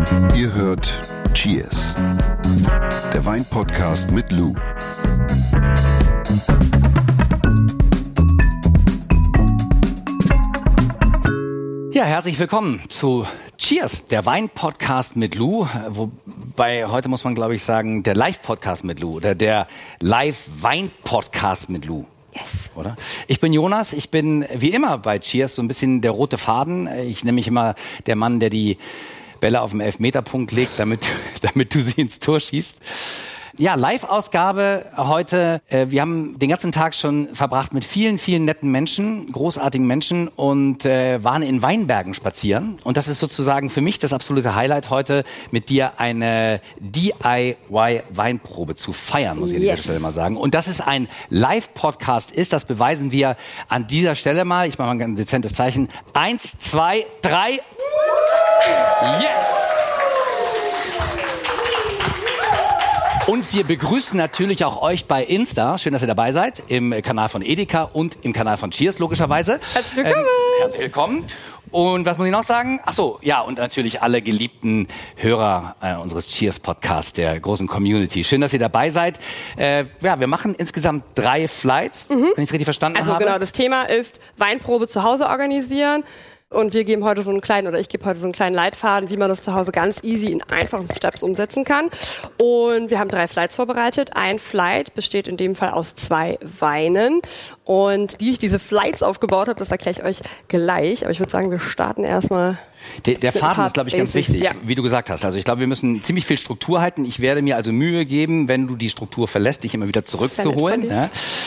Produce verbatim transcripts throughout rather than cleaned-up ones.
Ihr hört Cheers, der Wein-Podcast mit Lou. Ja, herzlich willkommen zu Cheers, der Wein-Podcast mit Lou. Wobei heute muss man, glaube ich, sagen, der Live-Podcast mit Lou oder der Live-Wein-Podcast mit Lou. Yes. Oder? Ich bin Jonas, ich bin wie immer bei Cheers so ein bisschen der rote Faden. Ich nenne mich immer der Mann, der die Bälle auf dem Elfmeterpunkt legt, damit, damit du sie ins Tor schießt. Ja, Live-Ausgabe heute. Wir haben den ganzen Tag schon verbracht mit vielen, vielen netten Menschen, großartigen Menschen und äh, waren in Weinbergen spazieren. Und das ist sozusagen für mich das absolute Highlight heute, mit dir eine D I Y-Weinprobe zu feiern, muss ich an Yes. dieser Stelle mal sagen. Und dass es ein Live-Podcast ist, das beweisen wir an dieser Stelle mal. Ich mache mal ein dezentes Zeichen. Eins, zwei, drei. Yes! Und wir begrüßen natürlich auch euch bei Insta. Schön, dass ihr dabei seid. Im Kanal von Edeka und im Kanal von Cheers, logischerweise. Herzlich willkommen. Ähm, herzlich willkommen. Und was muss ich noch sagen? Ach so, ja, und natürlich alle geliebten Hörer äh, unseres Cheers-Podcasts, der großen Community. Schön, dass ihr dabei seid. Äh, ja, wir machen insgesamt drei Flights, mhm. wenn ich es richtig verstanden Also habe. genau, das Thema ist Weinprobe zu Hause organisieren. Und wir geben heute so einen kleinen, oder ich gebe heute so einen kleinen Leitfaden, wie man das zu Hause ganz easy in einfachen Steps umsetzen kann. Und wir haben drei Flights vorbereitet. Ein Flight besteht in dem Fall aus zwei Weinen. Und wie ich diese Flights aufgebaut habe, das erkläre ich euch gleich. Aber ich würde sagen, wir starten erstmal. Der, der Faden ist, glaube ich, ganz wichtig, ja. wie du gesagt hast. Also ich glaube, wir müssen ziemlich viel Struktur halten. Ich werde mir also Mühe geben, wenn du die Struktur verlässt, dich immer wieder zurückzuholen. Ja.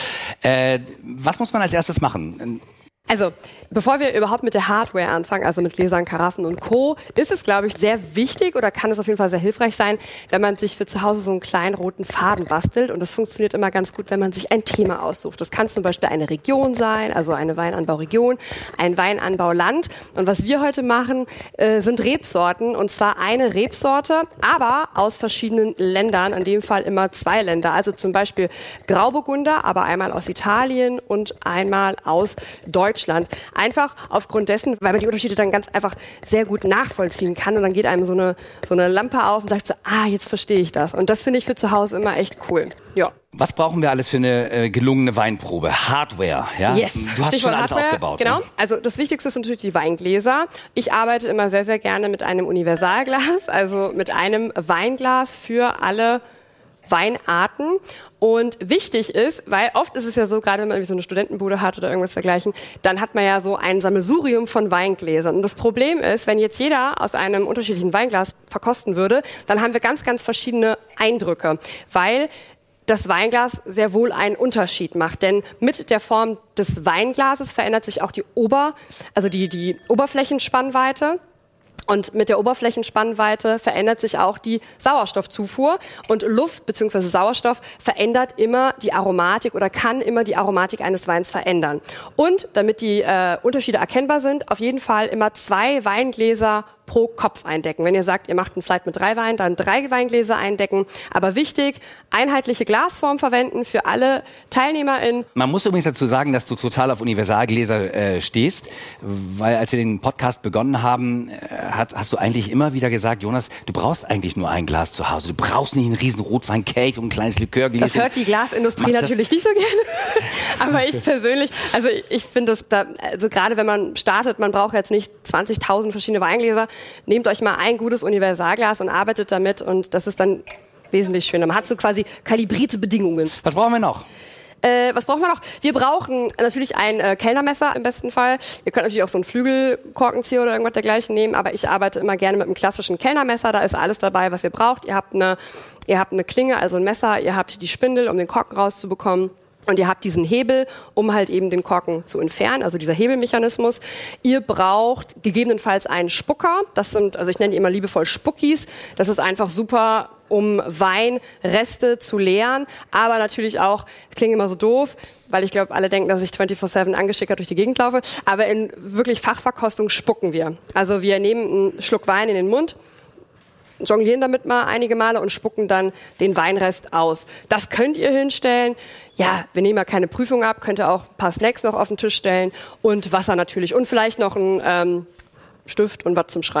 Äh, was muss man als erstes machen? Also, bevor wir überhaupt mit der Hardware anfangen, also mit Gläsern, Karaffen und Co., ist es, glaube ich, sehr wichtig oder kann es auf jeden Fall sehr hilfreich sein, wenn man sich für zu Hause so einen kleinen roten Faden bastelt. Und das funktioniert immer ganz gut, wenn man sich ein Thema aussucht. Das kann zum Beispiel eine Region sein, also eine Weinanbauregion, ein Weinanbauland. Und was wir heute machen, äh, sind Rebsorten. Und zwar eine Rebsorte, aber aus verschiedenen Ländern. In dem Fall immer zwei Länder. Also zum Beispiel Grauburgunder, aber einmal aus Italien und einmal aus Deutschland. Deutschland. Einfach aufgrund dessen, weil man die Unterschiede dann ganz einfach sehr gut nachvollziehen kann und dann geht einem so eine, so eine Lampe auf und sagt so, ah, jetzt verstehe ich das. Und das finde ich für zu Hause immer echt cool. Ja. Was brauchen wir alles für eine äh, gelungene Weinprobe? Hardware, ja? Yes. Du hast schon alles Hardware, aufgebaut. Genau. Ne? Also das Wichtigste sind natürlich die Weingläser. Ich arbeite immer sehr, sehr gerne mit einem Universalglas, also mit einem Weinglas für alle Weinarten. Und wichtig ist, weil oft ist es ja so, gerade wenn man irgendwie so eine Studentenbude hat oder irgendwas dergleichen, dann hat man ja so ein Sammelsurium von Weingläsern. Und das Problem ist, wenn jetzt jeder aus einem unterschiedlichen Weinglas verkosten würde, dann haben wir ganz, ganz verschiedene Eindrücke, weil das Weinglas sehr wohl einen Unterschied macht. Denn mit der Form des Weinglases verändert sich auch die Ober, also die, die Oberflächenspannweite. Und mit der Oberflächenspannweite verändert sich auch die Sauerstoffzufuhr. Und Luft bzw. Sauerstoff verändert immer die Aromatik oder kann immer die Aromatik eines Weins verändern. Und damit die äh, Unterschiede erkennbar sind, auf jeden Fall immer zwei Weingläser pro Kopf eindecken. Wenn ihr sagt, ihr macht einen Flight mit drei Weinen, dann drei Weingläser eindecken. Aber wichtig, einheitliche Glasform verwenden für alle TeilnehmerInnen. Man muss übrigens dazu sagen, dass du total auf Universalgläser äh, stehst, weil als wir den Podcast begonnen haben, äh, hat, hast du eigentlich immer wieder gesagt, Jonas, du brauchst eigentlich nur ein Glas zu Hause. Du brauchst nicht einen riesen Rotweinkelch und ein kleines Likörgläschen. Das hört die Glasindustrie Mach natürlich nicht so gerne. Aber ich persönlich, also ich, ich finde das, da, also gerade wenn man startet, man braucht jetzt nicht zwanzigtausend verschiedene Weingläser. Nehmt euch mal ein gutes Universalglas und arbeitet damit und das ist dann wesentlich schöner. Man hat so quasi kalibrierte Bedingungen. Was brauchen wir noch? Äh, was brauchen wir noch? Wir brauchen natürlich ein äh, Kellnermesser im besten Fall. Ihr könnt natürlich auch so einen Flügelkorkenzieher oder irgendwas dergleichen nehmen, aber ich arbeite immer gerne mit einem klassischen Kellnermesser. Da ist alles dabei, was ihr braucht. Ihr habt eine, ihr habt eine Klinge, also ein Messer. Ihr habt die Spindel, um den Korken rauszubekommen. Und ihr habt diesen Hebel, um halt eben den Korken zu entfernen, also dieser Hebelmechanismus. Ihr braucht gegebenenfalls einen Spucker. Das sind, also ich nenne die immer liebevoll Spuckis. Das ist einfach super, um Weinreste zu leeren. Aber natürlich auch, das klingt immer so doof, weil ich glaube, alle denken, dass ich vierundzwanzig sieben angeschickert durch die Gegend laufe. Aber in wirklich Fachverkostung spucken wir. Also wir nehmen einen Schluck Wein in den Mund, jonglieren damit mal einige Male und spucken dann den Weinrest aus. Das könnt ihr hinstellen. Ja, wir nehmen ja keine Prüfung ab, könnt ihr auch ein paar Snacks noch auf den Tisch stellen und Wasser natürlich und vielleicht noch ein ähm, Stift und was zum Schreiben.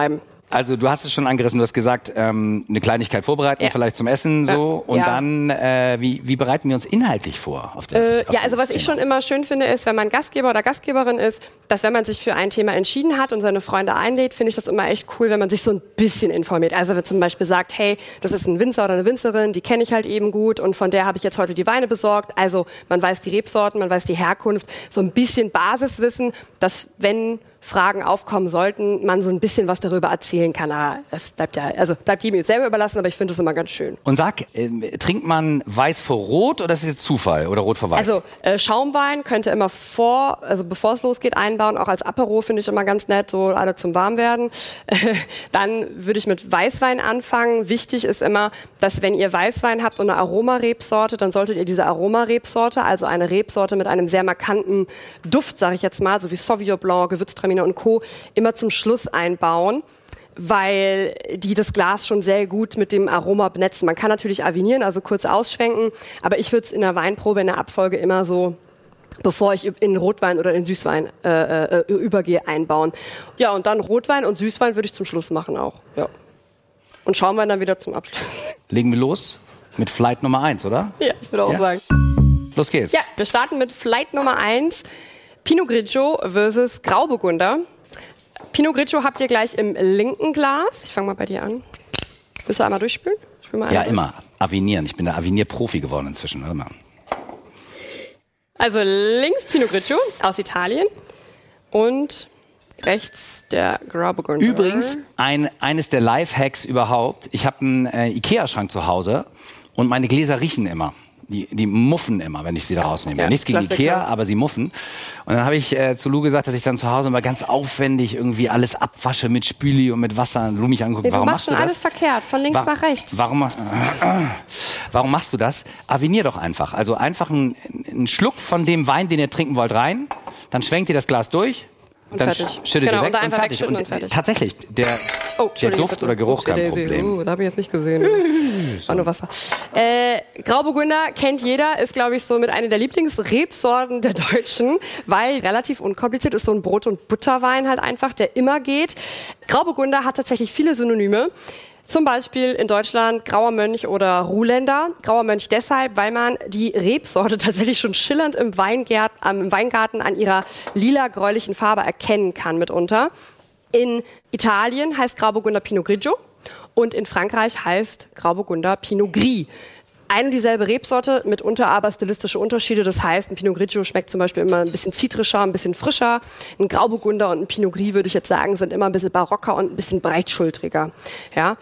Also du hast es schon angerissen, du hast gesagt, ähm, eine Kleinigkeit vorbereiten, ja. vielleicht zum Essen so ja. und ja. dann, äh, wie, wie bereiten wir uns inhaltlich vor? Auf das, äh, auf ja, also was Thema? Ich schon immer schön finde, ist, wenn man Gastgeber oder Gastgeberin ist, dass wenn man sich für ein Thema entschieden hat und seine Freunde einlädt, finde ich das immer echt cool, wenn man sich so ein bisschen informiert. Also wenn zum Beispiel sagt, hey, das ist ein Winzer oder eine Winzerin, die kenne ich halt eben gut und von der habe ich jetzt heute die Weine besorgt. Also man weiß die Rebsorten, man weiß die Herkunft, so ein bisschen Basiswissen, dass wenn Fragen aufkommen sollten, man so ein bisschen was darüber erzählen kann. Aber das bleibt ja, also bleibt jedem selber überlassen, aber ich finde das immer ganz schön. Und sag, äh, trinkt man Weiß vor Rot oder ist es jetzt Zufall oder Rot vor Weiß? Also äh, Schaumwein könnte immer vor, also bevor es losgeht, einbauen. Auch als Apero finde ich immer ganz nett, so alle zum Warmwerden. Dann würde ich mit Weißwein anfangen. Wichtig ist immer, dass wenn ihr Weißwein habt und eine Aromarebsorte, dann solltet ihr diese Aromarebsorte, also eine Rebsorte mit einem sehr markanten Duft, sage ich jetzt mal, so wie Sauvignon Blanc, Gewürztraminer und Co. immer zum Schluss einbauen, weil die das Glas schon sehr gut mit dem Aroma benetzen. Man kann natürlich avinieren, also kurz ausschwenken, aber ich würde es in der Weinprobe, in der Abfolge immer so, bevor ich in Rotwein oder in Süßwein äh, äh, übergehe, einbauen. Ja, und dann Rotwein und Süßwein würde ich zum Schluss machen auch. Ja. Und Schaumwein dann wieder zum Abschluss. Legen wir los mit Flight Nummer eins, oder? Ja, ich würde auch ja. sagen. Los geht's. Ja, wir starten mit Flight Nummer eins. Pinot Grigio versus Grauburgunder. Pinot Grigio habt ihr gleich im linken Glas. Ich fange mal bei dir an. Willst du einmal durchspülen? Spül mal ja, durch. immer. Avinieren. Ich bin der Avinier-Profi geworden inzwischen. Warte mal. Also links Pinot Grigio aus Italien und rechts der Grauburgunder. Übrigens, ein, eines der Lifehacks überhaupt. Ich habe einen äh, Ikea-Schrank zu Hause und meine Gläser riechen immer. Die, die muffen immer, wenn ich sie da rausnehme. Ja, nichts gegen Klassiker. Ikea, aber sie muffen. Und dann habe ich äh, zu Lou gesagt, dass ich dann zu Hause mal ganz aufwendig irgendwie alles abwasche mit Spüli und mit Wasser. Und Lou mich anguckt, nee, warum machst du das? Du machst schon alles verkehrt, von links Wa- nach rechts. Warum, äh, äh, warum machst du das? Avinier doch einfach. Also einfach einen, einen Schluck von dem Wein, den ihr trinken wollt, rein. Dann schwenkt ihr das Glas durch. Und dann fertig. schüttet genau, ihr weg und, und fertig. Und, und fertig. Tatsächlich, der, oh, der Duft bitte. Oder Geruch kein Upsi, Problem. Uh, da habe ich jetzt nicht gesehen. War nur Wasser. Äh, Grauburgunder kennt jeder, ist glaube ich so mit einer der Lieblingsrebsorten der Deutschen, weil relativ unkompliziert ist, so ein Brot- und Butterwein halt einfach, der immer geht. Grauburgunder hat tatsächlich viele Synonyme. Zum Beispiel in Deutschland Grauer Mönch oder Ruhländer. Grauer Mönch deshalb, weil man die Rebsorte tatsächlich schon schillernd im, Weingart, im Weingarten an ihrer lila-gräulichen Farbe erkennen kann mitunter. In Italien heißt Grauburgunder Pinot Grigio und in Frankreich heißt Grauburgunder Pinot Gris. Eine und dieselbe Rebsorte, mitunter aber stilistische Unterschiede. Das heißt, ein Pinot Grigio schmeckt zum Beispiel immer ein bisschen zitrischer, ein bisschen frischer. Ein Grauburgunder und ein Pinot Gris, würde ich jetzt sagen, sind immer ein bisschen barocker und ein bisschen breitschultriger. Ja.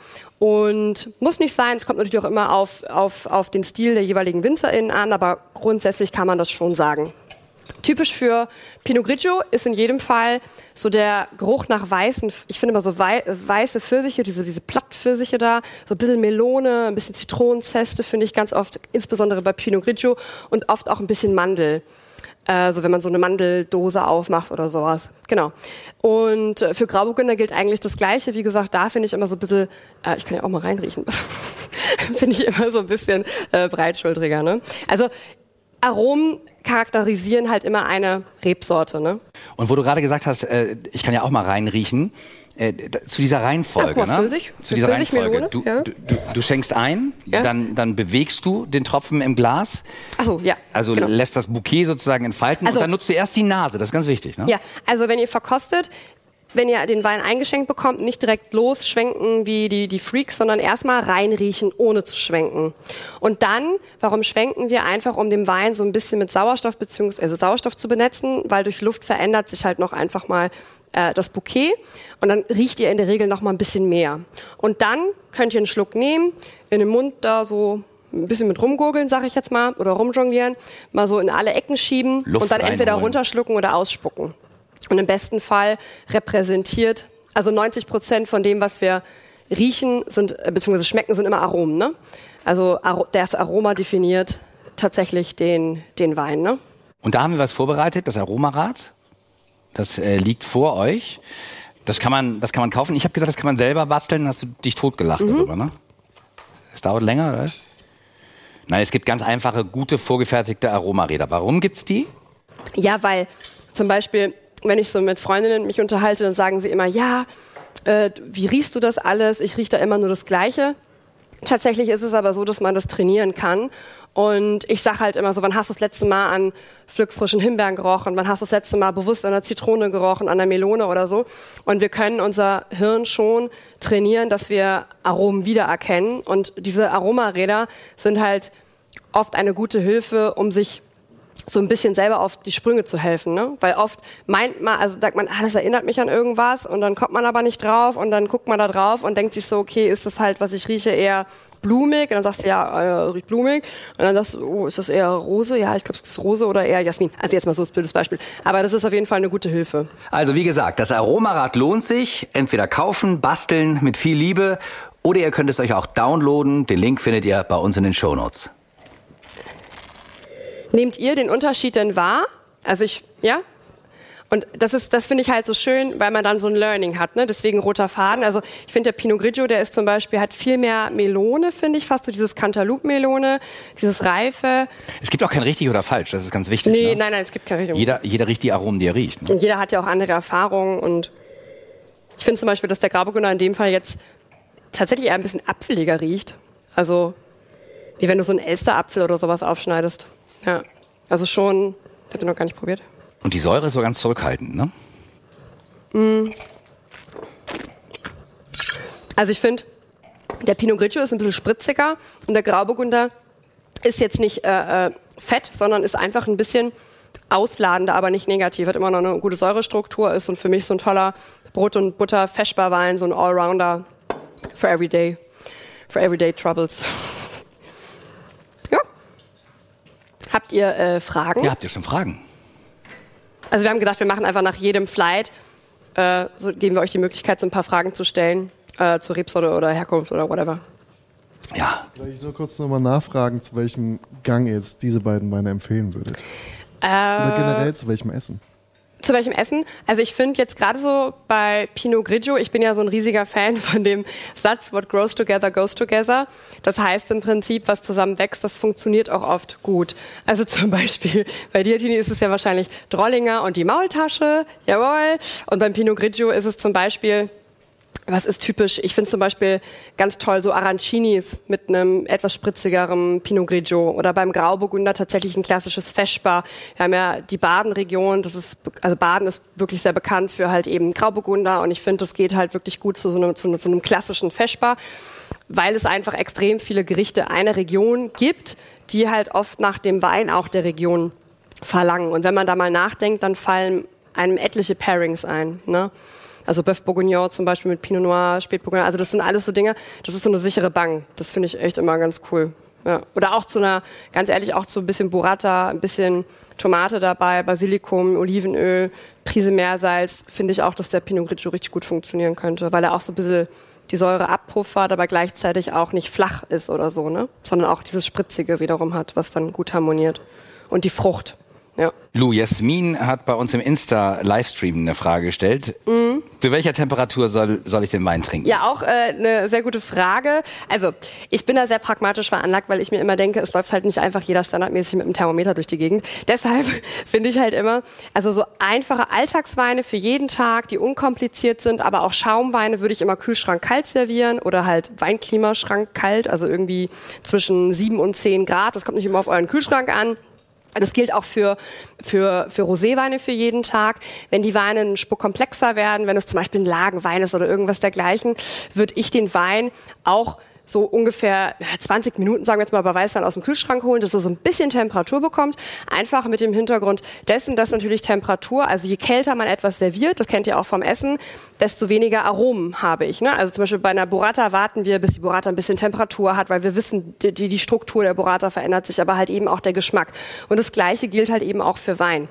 Und muss nicht sein, es kommt natürlich auch immer auf, auf, auf den Stil der jeweiligen WinzerInnen an, aber grundsätzlich kann man das schon sagen. Typisch für Pinot Grigio ist in jedem Fall so der Geruch nach weißen, ich finde immer so wei- weiße Pfirsiche, diese, diese Plattpfirsiche da, so ein bisschen Melone, ein bisschen Zitronenzeste finde ich ganz oft, insbesondere bei Pinot Grigio und oft auch ein bisschen Mandel. Also wenn man so eine Mandeldose aufmacht oder sowas. Genau. Und äh, für Grauburgunder gilt eigentlich das Gleiche. Wie gesagt, da finde ich immer so ein bisschen, äh, ich kann ja auch mal reinriechen, finde ich immer so ein bisschen äh, breitschultriger. Ne? Also Aromen charakterisieren halt immer eine Rebsorte. Ne? Und wo du gerade gesagt hast, äh, ich kann ja auch mal reinriechen, äh, zu dieser Reihenfolge, Ach, ne? Pfirsich, zu dieser Pfirsich, Reihenfolge. Melone, Du, ja. du, du, du schenkst ein, ja. dann, dann bewegst du den Tropfen im Glas. Ach so, ja. Also genau. lässt das Bouquet sozusagen entfalten also, und dann nutzt du erst die Nase. Das ist ganz wichtig, ne? Ja, also wenn ihr verkostet, wenn ihr den Wein eingeschenkt bekommt, nicht direkt losschwenken wie die, die Freaks, sondern erstmal reinriechen, ohne zu schwenken. Und dann, warum schwenken wir? Einfach, um den Wein so ein bisschen mit Sauerstoff beziehungsweise also Sauerstoff zu benetzen, weil durch Luft verändert sich halt noch einfach mal äh, das Bouquet und dann riecht ihr in der Regel noch mal ein bisschen mehr. Und dann könnt ihr einen Schluck nehmen, in den Mund da so ein bisschen mit rumgurgeln, sag ich jetzt mal, oder rumjonglieren, mal so in alle Ecken schieben Luft und dann entweder reinholen. runterschlucken oder ausspucken. Und im besten Fall repräsentiert, also neunzig Prozent von dem, was wir riechen, sind beziehungsweise schmecken, sind immer Aromen. Ne? Also das Aroma definiert tatsächlich den, den Wein. Ne? Und da haben wir was vorbereitet, das Aromarad. Das äh, liegt vor euch. Das kann man, das kann man kaufen. Ich habe gesagt, das kann man selber basteln. Hast du dich totgelacht mhm. darüber, ne? Es dauert länger, oder? Nein, es gibt ganz einfache, gute, vorgefertigte Aromaräder. Warum gibt's die? Ja, weil zum Beispiel, wenn ich so mit Freundinnen mich unterhalte, dann sagen sie immer, ja, äh, wie riechst du das alles? Ich rieche da immer nur das Gleiche. Tatsächlich ist es aber so, dass man das trainieren kann. Und ich sage halt immer so, wann hast du das letzte Mal an pflückfrischen Himbeeren gerochen? Wann hast du das letzte Mal bewusst an der Zitrone gerochen, an der Melone oder so? Und wir können unser Hirn schon trainieren, dass wir Aromen wiedererkennen. Und diese Aromaräder sind halt oft eine gute Hilfe, um sich so ein bisschen selber auf die Sprünge zu helfen, ne? Weil oft meint man, also sagt man, ah, das erinnert mich an irgendwas und dann kommt man aber nicht drauf und dann guckt man da drauf und denkt sich so, okay, ist das halt, was ich rieche, eher blumig? Und dann sagst du, ja, äh, riecht blumig. Und dann sagst du, oh, ist das eher Rose? Ja, ich glaube, es ist Rose oder eher Jasmin. Also jetzt mal so ein blödes Beispiel. Aber das ist auf jeden Fall eine gute Hilfe. Also wie gesagt, das Aromarad lohnt sich. Entweder kaufen, basteln mit viel Liebe oder ihr könnt es euch auch downloaden. Den Link findet ihr bei uns in den Shownotes. Nehmt ihr den Unterschied denn wahr? Also ich, ja? Und das ist, das finde ich halt so schön, weil man dann so ein Learning hat, ne? Deswegen roter Faden. Also ich finde, der Pinot Grigio, der ist zum Beispiel, hat viel mehr Melone, finde ich, fast so dieses Cantaloupe-Melone, dieses Reife. Es gibt auch kein richtig oder falsch, das ist ganz wichtig. Nee, ne? nein, nein, es gibt kein richtig. Jeder, jeder riecht die Aromen, die er riecht. Ne? Und jeder hat ja auch andere Erfahrungen und ich finde zum Beispiel, dass der Grauburgunder in dem Fall jetzt tatsächlich eher ein bisschen apfeliger riecht. Also wie wenn du so einen Elsterapfel oder sowas aufschneidest. Ja, also schon, das habe ich noch gar nicht probiert. Und die Säure ist so ganz zurückhaltend, ne? Mm. Also ich finde, der Pinot Grigio ist ein bisschen spritziger und der Grauburgunder ist jetzt nicht äh, fett, sondern ist einfach ein bisschen ausladender, aber nicht negativ. Hat immer noch eine gute Säurestruktur, ist und für mich so ein toller Brot- und Butter-Feschbarwein, so ein Allrounder for everyday, for everyday troubles. Habt ihr äh, Fragen? Ja, habt ihr schon Fragen? Also wir haben gedacht, wir machen einfach nach jedem Flight, äh, so geben wir euch die Möglichkeit, so ein paar Fragen zu stellen, äh, zur Rebsorte oder Herkunft oder whatever. Ja. Vielleicht nur kurz nochmal nachfragen, zu welchem Gang ihr jetzt diese beiden Weine empfehlen würdet. Äh, Oder generell zu welchem Essen? Zu welchem Essen? Also ich finde jetzt gerade so bei Pinot Grigio, ich bin ja so ein riesiger Fan von dem Satz, what grows together goes together. Das heißt im Prinzip, was zusammen wächst, das funktioniert auch oft gut. Also zum Beispiel bei dir, Tini, ist es ja wahrscheinlich Drollinger und die Maultasche, jawohl. Und beim Pinot Grigio ist es zum Beispiel, was ist typisch? Ich finde zum Beispiel ganz toll so Arancinis mit einem etwas spritzigeren Pinot Grigio oder beim Grauburgunder tatsächlich ein klassisches Feschbar. Wir haben ja die Baden-Region, das ist, also Baden ist wirklich sehr bekannt für halt eben Grauburgunder und ich finde, das geht halt wirklich gut zu so einem, zu, zu einem klassischen Feschbar, weil es einfach extrem viele Gerichte einer Region gibt, die halt oft nach dem Wein auch der Region verlangen. Und wenn man da mal nachdenkt, dann fallen einem etliche Pairings ein, ne? Also Bœuf Bourguignon zum Beispiel mit Pinot Noir, Spätburgunder. Also das sind alles so Dinge, das ist so eine sichere Bank. Das finde ich echt immer ganz cool. Ja. Oder auch zu einer, ganz ehrlich, auch zu ein bisschen Burrata, ein bisschen Tomate dabei, Basilikum, Olivenöl, Prise Meersalz. Finde ich auch, dass der Pinot Grigio richtig gut funktionieren könnte, weil er auch so ein bisschen die Säure abpuffert, aber gleichzeitig auch nicht flach ist oder so, ne? Sondern auch dieses Spritzige wiederum hat, was dann gut harmoniert. Und die Frucht. Ja. Lou, Jasmin hat bei uns im Insta-Livestream eine Frage gestellt. Mhm. Zu welcher Temperatur soll, soll ich den Wein trinken? Ja, auch äh, eine sehr gute Frage. Also ich bin da sehr pragmatisch veranlagt, weil ich mir immer denke, es läuft halt nicht einfach jeder standardmäßig mit einem Thermometer durch die Gegend. Deshalb finde ich halt immer, also so einfache Alltagsweine für jeden Tag, die unkompliziert sind, aber auch Schaumweine würde ich immer Kühlschrank kalt servieren oder halt Weinklimaschrank kalt, also irgendwie zwischen sieben und zehn Grad. Das kommt nicht immer auf euren Kühlschrank an. Das gilt auch für, für, für Roséweine für jeden Tag. Wenn die Weine einen Spur komplexer werden, wenn es zum Beispiel ein Lagenwein ist oder irgendwas dergleichen, würde ich den Wein auch so ungefähr zwanzig Minuten, sagen wir jetzt mal, bei Weißwein aus dem Kühlschrank holen, dass er so ein bisschen Temperatur bekommt. Einfach mit dem Hintergrund dessen, dass natürlich Temperatur, also je kälter man etwas serviert, das kennt ihr auch vom Essen, desto weniger Aromen habe ich. Ne? Also zum Beispiel bei einer Burrata warten wir, bis die Burrata ein bisschen Temperatur hat, weil wir wissen, die, die Struktur der Burrata verändert sich, aber halt eben auch der Geschmack. Und das Gleiche gilt halt eben auch für Wein.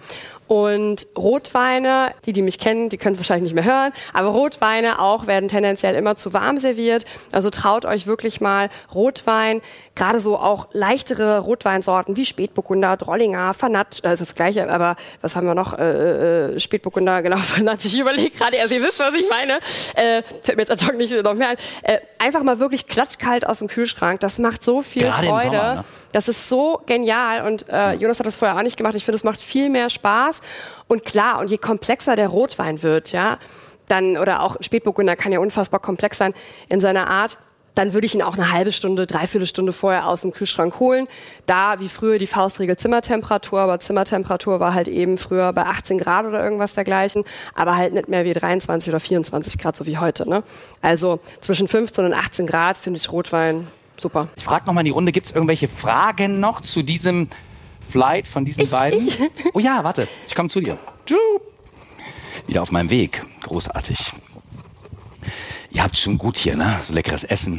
Und Rotweine, die, die mich kennen, die können es wahrscheinlich nicht mehr hören, aber Rotweine auch werden tendenziell immer zu warm serviert. Also traut euch wirklich mal Rotwein, gerade so auch leichtere Rotweinsorten wie Spätburgunder, Drollinger, Vernat, das ist das Gleiche, aber was haben wir noch? Äh, Spätburgunder, genau, Vernat. Ich überlege gerade, also ihr wisst, was ich meine. Äh, fällt mir jetzt ad hoc nicht noch mehr ein. Äh, einfach mal wirklich klatschkalt aus dem Kühlschrank. Das macht so viel gerade Freude. Im Sommer, ne? Das ist so genial und äh, Jonas hat das vorher auch nicht gemacht. Ich finde, es macht viel mehr Spaß. Und klar, und je komplexer der Rotwein wird, ja, dann, oder auch Spätburgunder kann ja unfassbar komplex sein in seiner Art, dann würde ich ihn auch eine halbe Stunde, dreiviertel Stunde vorher aus dem Kühlschrank holen. Da, wie früher, die Faustregel Zimmertemperatur, aber Zimmertemperatur war halt eben früher bei achtzehn Grad oder irgendwas dergleichen, aber halt nicht mehr wie dreiundzwanzig oder vierundzwanzig Grad, so wie heute. Ne? Also zwischen fünfzehn und achtzehn Grad finde ich Rotwein super. Ich frage nochmal in die Runde, gibt es irgendwelche Fragen noch zu diesem Flight von diesen ich, beiden? Ich. Oh ja, warte, ich komme zu dir. Wieder auf meinem Weg. Großartig. Ihr habt schon gut hier, ne? So leckeres Essen.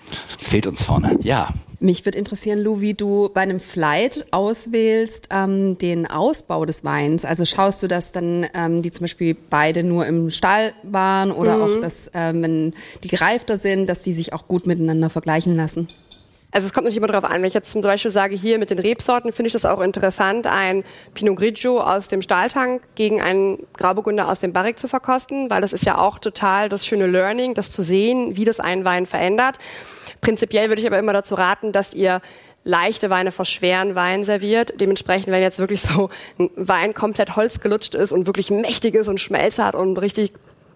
Es fehlt uns vorne. Ja. Mich würde interessieren, Lou, wie du bei einem Flight auswählst ähm, den Ausbau des Weins. Also schaust du, dass dann ähm, die zum Beispiel beide nur im Stall waren oder mhm. auch, dass ähm, wenn die gereifter sind, dass die sich auch gut miteinander vergleichen lassen? Also es kommt natürlich immer darauf an, wenn ich jetzt zum Beispiel sage, hier mit den Rebsorten finde ich das auch interessant, ein Pinot Grigio aus dem Stahltank gegen einen Grauburgunder aus dem Barrique zu verkosten, weil das ist ja auch total das schöne Learning, das zu sehen, wie das einen Wein verändert. Prinzipiell würde ich aber immer dazu raten, dass ihr leichte Weine vor schweren Weinen serviert. Dementsprechend, wenn jetzt wirklich so ein Wein komplett holzgelutscht ist und wirklich mächtig ist und Schmelz hat und richtig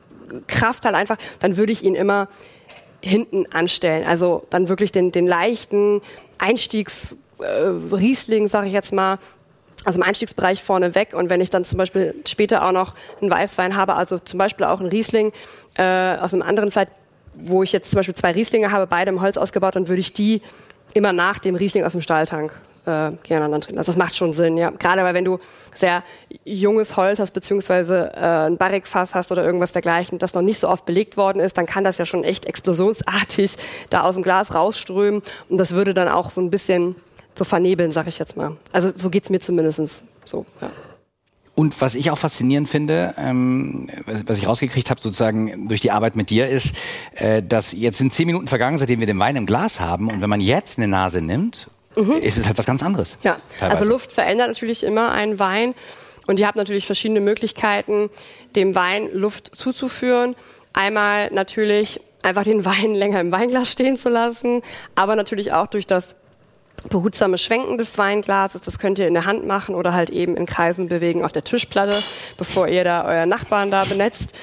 Kraft halt einfach, dann würde ich ihn immer hinten anstellen. Also dann wirklich den, den leichten Einstiegs-Riesling, äh, sage ich jetzt mal, also im Einstiegsbereich vorne weg. Und wenn ich dann zum Beispiel später auch noch einen Weißwein habe, also zum Beispiel auch einen Riesling äh, aus einem anderen Flight, wo ich jetzt zum Beispiel zwei Rieslinge habe, beide im Holz ausgebaut, dann würde ich die immer nach dem Riesling aus dem Stahltank äh, gegeneinander trinken. Also das macht schon Sinn, ja. Gerade weil wenn du sehr junges Holz hast, beziehungsweise äh, ein Barrique-Fass hast oder irgendwas dergleichen, das noch nicht so oft belegt worden ist, dann kann das ja schon echt explosionsartig da aus dem Glas rausströmen. Und das würde dann auch so ein bisschen so vernebeln, sag ich jetzt mal. Also so geht's mir zumindest so, ja. Und was ich auch faszinierend finde, ähm, was ich rausgekriegt habe sozusagen durch die Arbeit mit dir, ist, äh, dass jetzt sind zehn Minuten vergangen, seitdem wir den Wein im Glas haben. Und wenn man jetzt eine Nase nimmt, mhm. ist es halt was ganz anderes. Ja, teilweise. Also Luft verändert natürlich immer einen Wein. Und ihr habt natürlich verschiedene Möglichkeiten, dem Wein Luft zuzuführen. Einmal natürlich einfach den Wein länger im Weinglas stehen zu lassen, aber natürlich auch durch das behutsame Schwenken des Weinglases, das könnt ihr in der Hand machen oder halt eben in Kreisen bewegen auf der Tischplatte, bevor ihr da euren Nachbarn da benetzt.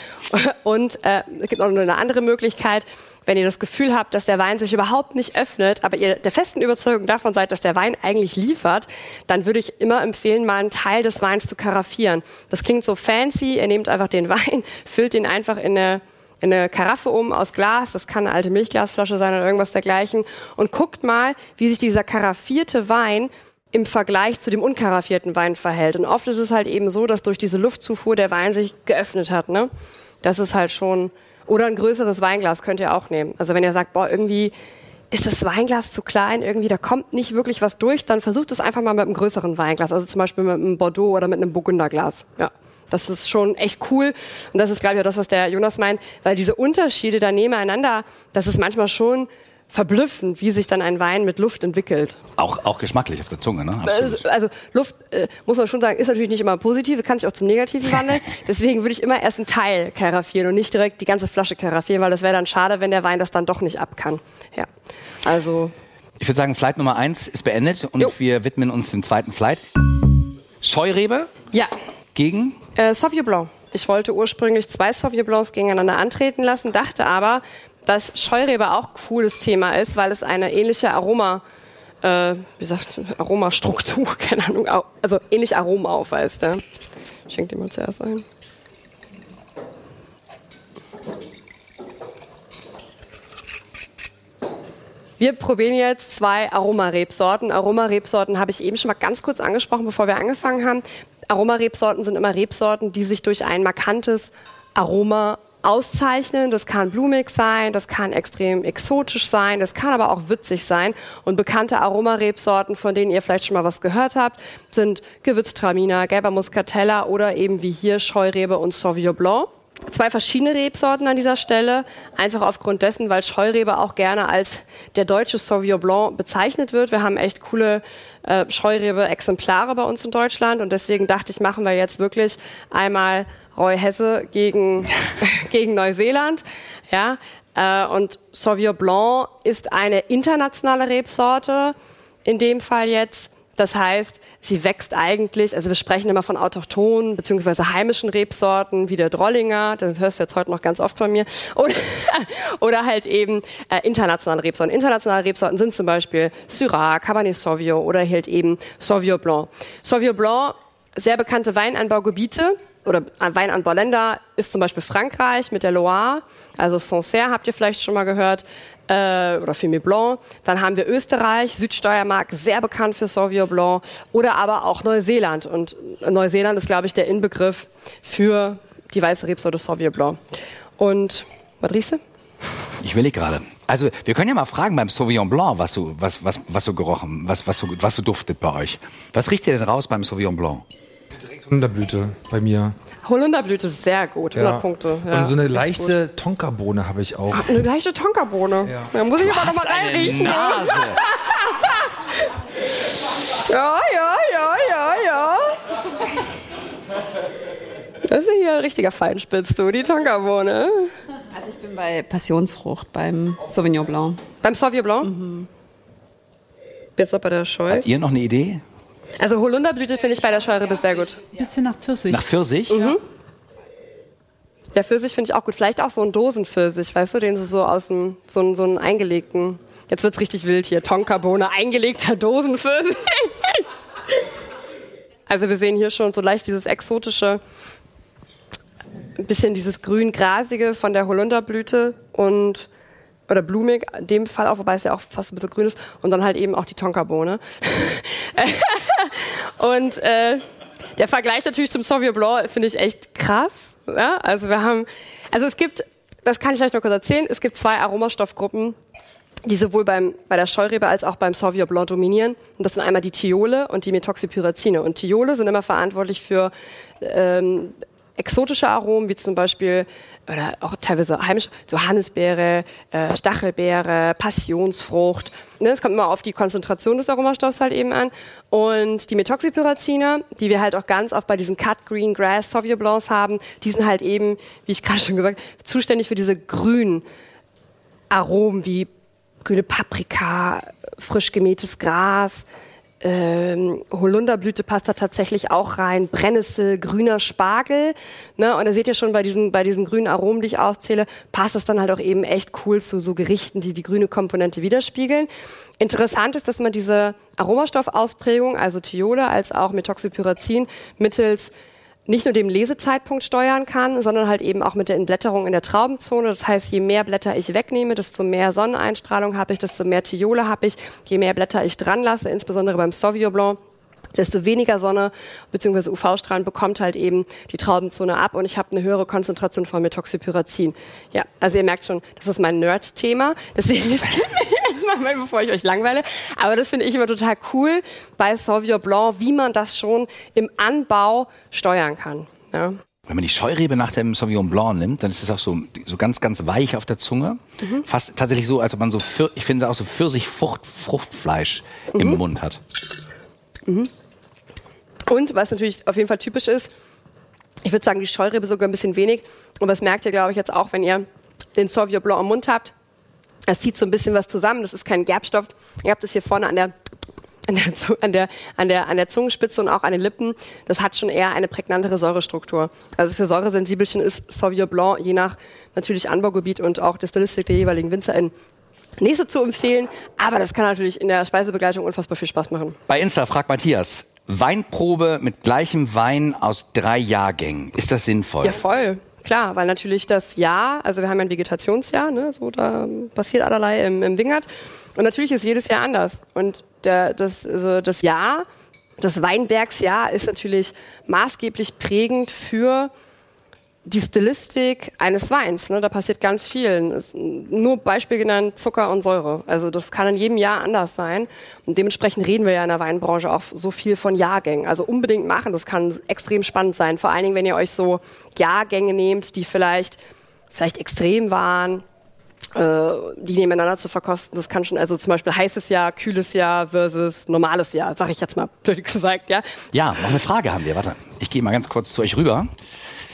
Und äh, es gibt noch eine andere Möglichkeit, wenn ihr das Gefühl habt, dass der Wein sich überhaupt nicht öffnet, aber ihr der festen Überzeugung davon seid, dass der Wein eigentlich liefert, dann würde ich immer empfehlen, mal einen Teil des Weins zu karaffieren. Das klingt so fancy, ihr nehmt einfach den Wein, füllt ihn einfach in eine in eine Karaffe um aus Glas, das kann eine alte Milchglasflasche sein oder irgendwas dergleichen, und guckt mal, wie sich dieser karaffierte Wein im Vergleich zu dem unkaraffierten Wein verhält. Und oft ist es halt eben so, dass durch diese Luftzufuhr der Wein sich geöffnet hat, ne? Das ist halt schon, oder ein größeres Weinglas könnt ihr auch nehmen. Also wenn ihr sagt, boah, irgendwie ist das Weinglas zu klein, irgendwie da kommt nicht wirklich was durch, dann versucht es einfach mal mit einem größeren Weinglas, also zum Beispiel mit einem Bordeaux oder mit einem Burgunderglas, ja. Das ist schon echt cool. Und das ist, glaube ich, auch das, was der Jonas meint, weil diese Unterschiede da nebeneinander, das ist manchmal schon verblüffend, wie sich dann ein Wein mit Luft entwickelt. Auch, auch geschmacklich auf der Zunge, ne? Absolut. Also Luft, äh, muss man schon sagen, ist natürlich nicht immer positiv, kann sich auch zum Negativen wandeln. Deswegen würde ich immer erst einen Teil karaffieren und nicht direkt die ganze Flasche karaffieren, weil das wäre dann schade, wenn der Wein das dann doch nicht ab kann. Ja, also... Ich würde sagen, Flight Nummer eins ist beendet und jo. wir widmen uns dem zweiten Flight. Scheurebe? Ja. Gegen? Äh, Sauvignon Blanc. Ich wollte ursprünglich zwei Sauvignon Blancs gegeneinander antreten lassen, dachte aber, dass Scheurebe auch ein cooles Thema ist, weil es eine ähnliche Aroma, äh, wie sagt Aromastruktur, keine Ahnung, also ähnlich Aromen aufweist. Ja. Ich schenke dir mal zuerst ein. Wir probieren jetzt zwei Aromarebsorten. Aromarebsorten habe ich eben schon mal ganz kurz angesprochen, bevor wir angefangen haben. Aromarebsorten sind immer Rebsorten, die sich durch ein markantes Aroma auszeichnen. Das kann blumig sein, das kann extrem exotisch sein, das kann aber auch würzig sein. Und bekannte Aromarebsorten, von denen ihr vielleicht schon mal was gehört habt, sind Gewürztraminer, gelber Muscatella oder eben wie hier Scheurebe und Sauvignon Blanc. Zwei verschiedene Rebsorten an dieser Stelle, einfach aufgrund dessen, weil Scheurebe auch gerne als der deutsche Sauvignon Blanc bezeichnet wird. Wir haben echt coole äh, Scheurebe-Exemplare bei uns in Deutschland und deswegen dachte ich, machen wir jetzt wirklich einmal Roy Hesse gegen, gegen Neuseeland. Ja, äh, und Sauvignon Blanc ist eine internationale Rebsorte, in dem Fall jetzt, Das heißt, sie wächst eigentlich, also wir sprechen immer von autochthonen bzw. heimischen Rebsorten, wie der Drollinger, das hörst du jetzt heute noch ganz oft von mir, oder, oder halt eben äh, internationale Rebsorten. Internationale Rebsorten sind zum Beispiel Syrah, Cabernet Sauvignon oder halt eben Sauvignon Blanc. Sauvignon Blanc, sehr bekannte Weinanbaugebiete oder Weinanbauländer ist zum Beispiel Frankreich mit der Loire, also Sancerre habt ihr vielleicht schon mal gehört, äh, oder Fumé Blanc. Dann haben wir Österreich, Südsteiermark, sehr bekannt für Sauvignon Blanc, oder aber auch Neuseeland. Und Neuseeland ist, glaube ich, der Inbegriff für die weiße Rebsorte Sauvignon Blanc. Und, was riechst du? Ich will gerade. Also, wir können ja mal fragen beim Sauvignon Blanc, was so, was, was, was so gerochen, was, was so, was so duftet bei euch. Was riecht ihr denn raus beim Sauvignon Blanc? Holunderblüte bei mir. Holunderblüte ist sehr gut, hundert Ja. Punkte. Ja, und so eine richtig leichte Tonkabohne habe ich auch. gut. Eine leichte Tonkabohne. Ja. Da muss ich aber Was noch mal eine reinriechen. Nase. Ja, ja, ja, ja, ja. Das ist hier ein richtiger Feinspitz, du, die Tonkabohne. Also ich bin bei Passionsfrucht beim Sauvignon Blanc. Beim Sauvignon Blanc? Mhm. Jetzt noch bei der Scheu. Habt ihr noch eine Idee? Also Holunderblüte finde ich bei der Scheurebe sehr gut. Ein bisschen nach Pfirsich. Nach Pfirsich? Mhm. Der Pfirsich finde ich auch gut. Vielleicht auch so ein Dosenpfirsich, weißt du, den sie so aus dem, so einen, so einen eingelegten, jetzt wird's richtig wild hier, Tonkabohne, eingelegter Dosenpfirsich. Also wir sehen hier schon so leicht dieses exotische, ein bisschen dieses grün-grasige von der Holunderblüte und oder blumig, in dem Fall auch, wobei es ja auch fast ein bisschen grün ist, und dann halt eben auch die Tonkabohne. Und äh, der Vergleich natürlich zum Sauvignon Blanc finde ich echt krass. Ja? Also wir haben, also es gibt, das kann ich vielleicht noch kurz erzählen, es gibt zwei Aromastoffgruppen, die sowohl beim, bei der Scheurebe als auch beim Sauvignon Blanc dominieren. Und das sind einmal die Thiole und die Methoxypyrazine. Und Thiole sind immer verantwortlich für ähm, exotische Aromen, wie zum Beispiel, oder auch teilweise heimisch, so Johannisbeere, äh, Stachelbeere, Passionsfrucht. Ne, es kommt immer auf die Konzentration des Aromastoffs halt eben an. Und die Methoxypyrazine, die wir halt auch ganz oft bei diesen Cut Green Grass Sauvignon Blancs haben, die sind halt eben, wie ich gerade schon gesagt habe, zuständig für diese grünen Aromen wie grüne Paprika, frisch gemähtes Gras, Ähm, Holunderblüte passt da tatsächlich auch rein, Brennnessel, grüner Spargel, ne? Und da seht ihr schon bei diesen, bei diesen grünen Aromen, die ich aufzähle, passt es dann halt auch eben echt cool zu so Gerichten, die die grüne Komponente widerspiegeln. Interessant ist, dass man diese Aromastofausprägung, also Thiole als auch Methoxypyrazin, mittels nicht nur dem Lesezeitpunkt steuern kann, sondern halt eben auch mit der Entblätterung in der Traubenzone. Das heißt, je mehr Blätter ich wegnehme, desto mehr Sonneneinstrahlung habe ich, desto mehr Thiole habe ich. Je mehr Blätter ich dran lasse, insbesondere beim Sauvignon Blanc, desto weniger Sonne bzw. U V-Strahlen bekommt halt eben die Traubenzone ab, und ich habe eine höhere Konzentration von Methoxypyrazin. Ja, also ihr merkt schon, das ist mein Nerd-Thema, deswegen skippe ich erstmal mal, bevor ich euch langweile. Aber das finde ich immer total cool bei Sauvignon Blanc, wie man das schon im Anbau steuern kann. Ja. Wenn man die Scheurebe nach dem Sauvignon Blanc nimmt, dann ist es auch so, so ganz, ganz weich auf der Zunge. Mhm. Fast tatsächlich so, als ob man so, Pfir- ich finde auch so Pfirsich-Fruchtfleisch mhm. im Mund hat. Mhm. Und was natürlich auf jeden Fall typisch ist, ich würde sagen, die Scheurebe sogar ein bisschen wenig, aber das merkt ihr, glaube ich, jetzt auch, wenn ihr den Sauvignon Blanc im Mund habt. Es zieht so ein bisschen was zusammen, das ist kein Gerbstoff. Ihr habt es hier vorne an der, an der, an der, an der, an der Zungenspitze und auch an den Lippen. Das hat schon eher eine prägnantere Säurestruktur. Also für Säuresensibelchen ist Sauvignon Blanc je nach natürlich Anbaugebiet und auch der Stilistik der jeweiligen WinzerInnen nicht so zu empfehlen, aber das kann natürlich in der Speisebegleitung unfassbar viel Spaß machen. Bei Insta fragt Matthias, Weinprobe mit gleichem Wein aus drei Jahrgängen. Ist das sinnvoll? Ja, voll. Klar, weil natürlich das Jahr, also wir haben ja ein Vegetationsjahr, ne, so da passiert allerlei im, im Wingert. Und natürlich ist jedes Jahr anders. Und der, das, also das Jahr, das Weinbergsjahr ist natürlich maßgeblich prägend für die Stilistik eines Weins, ne, da passiert ganz viel. Es, nur Beispiel genannt, Zucker und Säure. Also das kann in jedem Jahr anders sein. Und dementsprechend reden wir ja in der Weinbranche auch so viel von Jahrgängen. Also unbedingt machen, das kann extrem spannend sein. Vor allen Dingen, wenn ihr euch so Jahrgänge nehmt, die vielleicht, vielleicht extrem waren, äh, die nebeneinander zu verkosten. Das kann schon, also zum Beispiel heißes Jahr, kühles Jahr versus normales Jahr, sag ich jetzt mal blöd gesagt, ja. Ja, noch eine Frage haben wir. Warte, ich gehe mal ganz kurz zu euch rüber.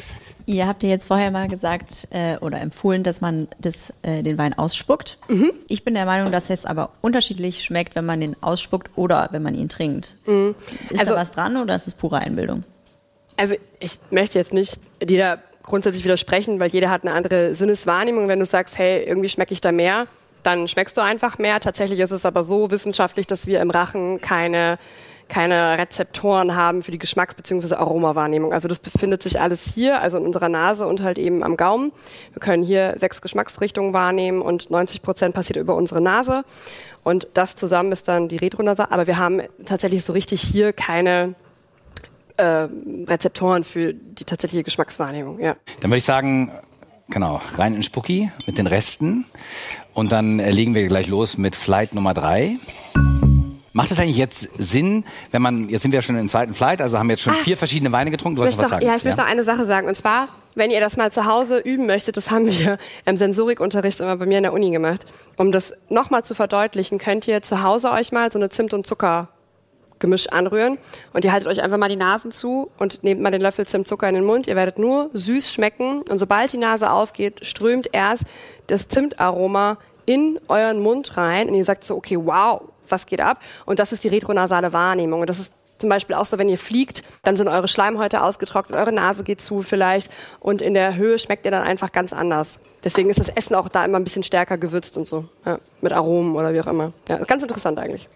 Ihr habt ja jetzt vorher mal gesagt äh, oder empfohlen, dass man das, äh, den Wein ausspuckt. Mhm. Ich bin der Meinung, dass es aber unterschiedlich schmeckt, wenn man den ausspuckt oder wenn man ihn trinkt. Mhm. Ist also, da was dran oder ist es pure Einbildung? Also ich möchte jetzt nicht dir grundsätzlich widersprechen, weil jeder hat eine andere Sinneswahrnehmung. Wenn du sagst, hey, irgendwie schmecke ich da mehr, dann schmeckst du einfach mehr. Tatsächlich ist es aber so wissenschaftlich, dass wir im Rachen keine keine Rezeptoren haben für die Geschmacks- bzw. Aromawahrnehmung. Also das befindet sich alles hier, also in unserer Nase und halt eben am Gaumen. Wir können hier sechs Geschmacksrichtungen wahrnehmen und neunzig Prozent passiert über unsere Nase. Und das zusammen ist dann die Retronase. Aber wir haben tatsächlich so richtig hier keine äh, Rezeptoren für die tatsächliche Geschmackswahrnehmung. Ja. Dann würde ich sagen, genau, rein in Spucki mit den Resten. Und dann äh, legen wir gleich los mit Flight Nummer drei. Macht es eigentlich jetzt Sinn, wenn man, jetzt sind wir schon im zweiten Flight, also haben jetzt schon ah, vier verschiedene Weine getrunken, du wolltest was noch, sagen? Ja, ich ja? möchte noch eine Sache sagen. Und zwar, wenn ihr das mal zu Hause üben möchtet, das haben wir im Sensorikunterricht immer bei mir in der Uni gemacht. Um das nochmal zu verdeutlichen, könnt ihr zu Hause euch mal so eine Zimt- und Zuckergemisch anrühren. Und ihr haltet euch einfach mal die Nasen zu und nehmt mal den Löffel Zimt-Zucker in den Mund. Ihr werdet nur süß schmecken. Und sobald die Nase aufgeht, strömt erst das Zimtaroma in euren Mund rein. Und ihr sagt so, okay, wow, was geht ab? Und das ist die retronasale Wahrnehmung. Und das ist zum Beispiel auch so, wenn ihr fliegt, dann sind eure Schleimhäute ausgetrocknet, eure Nase geht zu vielleicht und in der Höhe schmeckt ihr dann einfach ganz anders. Deswegen ist das Essen auch da immer ein bisschen stärker gewürzt und so, ja, mit Aromen oder wie auch immer. Ja, ist ganz interessant eigentlich.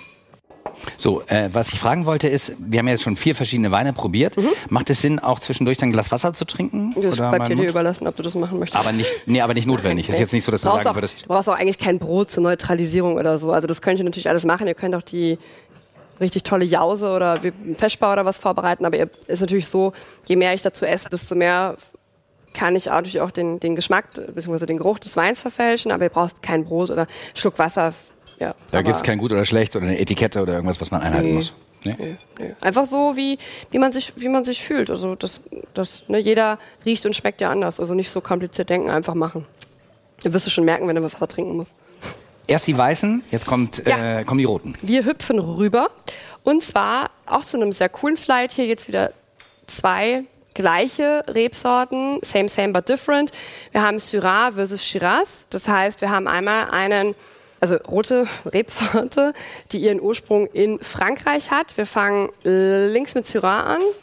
So, äh, was ich fragen wollte ist, wir haben ja jetzt schon vier verschiedene Weine probiert. Mhm. Macht es Sinn, auch zwischendurch dann ein Glas Wasser zu trinken? Das bleibt dir überlassen, ob du das machen möchtest. Aber nicht, nee, aber nicht notwendig. Okay. Ist jetzt nicht so, dass du sagen auch, würdest... Du brauchst auch eigentlich kein Brot zur Neutralisierung oder so. Also das könnt ihr natürlich alles machen. Ihr könnt auch die richtig tolle Jause oder Feschbar oder was vorbereiten. Aber es ist natürlich so, je mehr ich dazu esse, desto mehr kann ich auch natürlich auch den, den Geschmack bzw. den Geruch des Weins verfälschen. Aber ihr braucht kein Brot oder einen Schluck Wasser. Ja, da gibt es kein Gut oder Schlecht oder eine Etikette oder irgendwas, was man einhalten nee, muss. Nee? Nee, nee. Einfach so, wie, wie, man sich, wie man sich fühlt. Also das, das, ne, jeder riecht und schmeckt ja anders. Also nicht so kompliziert denken, einfach machen. Du wirst es schon merken, wenn du Wasser trinken musst. Erst die Weißen, jetzt kommt, ja. äh, kommen die Roten. Wir hüpfen rüber. Und zwar auch zu einem sehr coolen Flight. Hier jetzt wieder zwei gleiche Rebsorten. Same, same, but different. Wir haben Syrah versus Shiraz. Das heißt, wir haben einmal einen... Also rote Rebsorte, die ihren Ursprung in Frankreich hat. Wir fangen links mit Syrah an